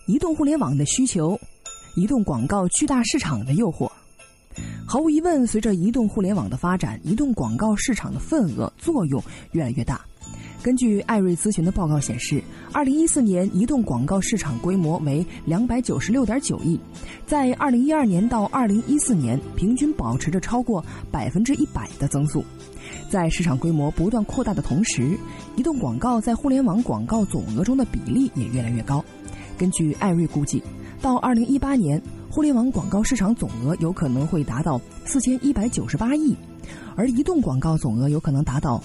移动互联网的需求，移动广告巨大市场的诱惑。毫无疑问，随着移动互联网的发展，移动广告市场的份额作用越来越大。根据艾瑞咨询的报告显示，2014年移动广告市场规模为296.9亿，在2012年到2014年平均保持着超过100%的增速。在市场规模不断扩大的同时，移动广告在互联网广告总额中的比例也越来越高。根据艾瑞估计，到2018年，互联网广告市场总额有可能会达到4198亿，而移动广告总额有可能达到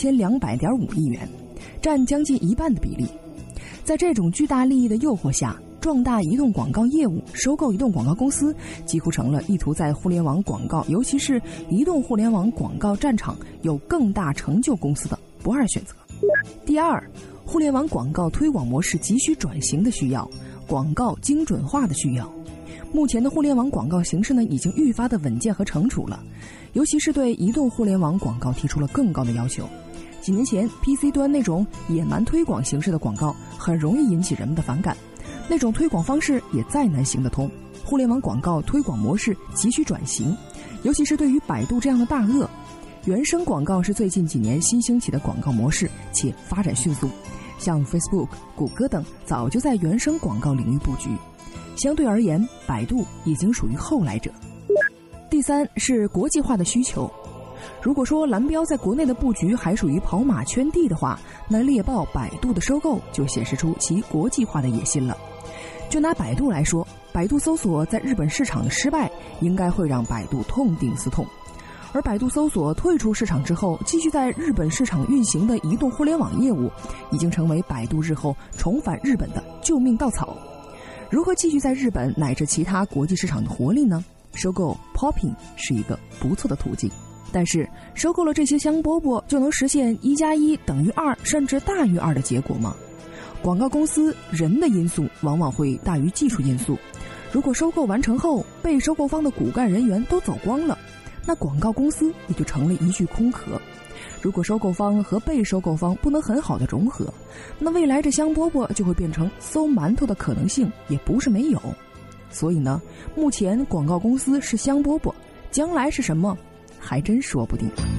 2200.5亿元，占将近一半的比例。在这种巨大利益的诱惑下，壮大移动广告业务、收购移动广告公司几乎成了意图在互联网广告，尤其是移动互联网广告战场有更大成就公司的不二选择。第二，互联网广告推广模式急需转型的需要，广告精准化的需要。目前的互联网广告形式呢，已经愈发的稳健和成熟了，尤其是对移动互联网广告提出了更高的要求。几年前 PC 端那种野蛮推广形式的广告很容易引起人们的反感，那种推广方式也再难行得通。互联网广告推广模式急需转型，尤其是对于百度这样的大鳄。原生广告是最近几年新兴起的广告模式，且发展迅速，像 Facebook、谷歌等早就在原生广告领域布局。相对而言，百度已经属于后来者。第三是国际化的需求。如果说蓝标在国内的布局还属于跑马圈地的话，那猎豹百度的收购就显示出其国际化的野心了。就拿百度来说，百度搜索在日本市场的失败应该会让百度痛定思痛，而百度搜索退出市场之后继续在日本市场运行的移动互联网业务，已经成为百度日后重返日本的救命稻草。如何继续在日本乃至其他国际市场的活力呢？收购 Popping 是一个不错的途径。但是收购了这些香饽饽就能实现1+1等于2甚至大于2的结果吗？广告公司人的因素往往会大于技术因素。如果收购完成后被收购方的骨干人员都走光了，那广告公司也就成了一具空壳。如果收购方和被收购方不能很好的融合，那未来这香饽饽就会变成馊馒头的可能性也不是没有。所以呢，目前广告公司是香饽饽，将来是什么还真说不定。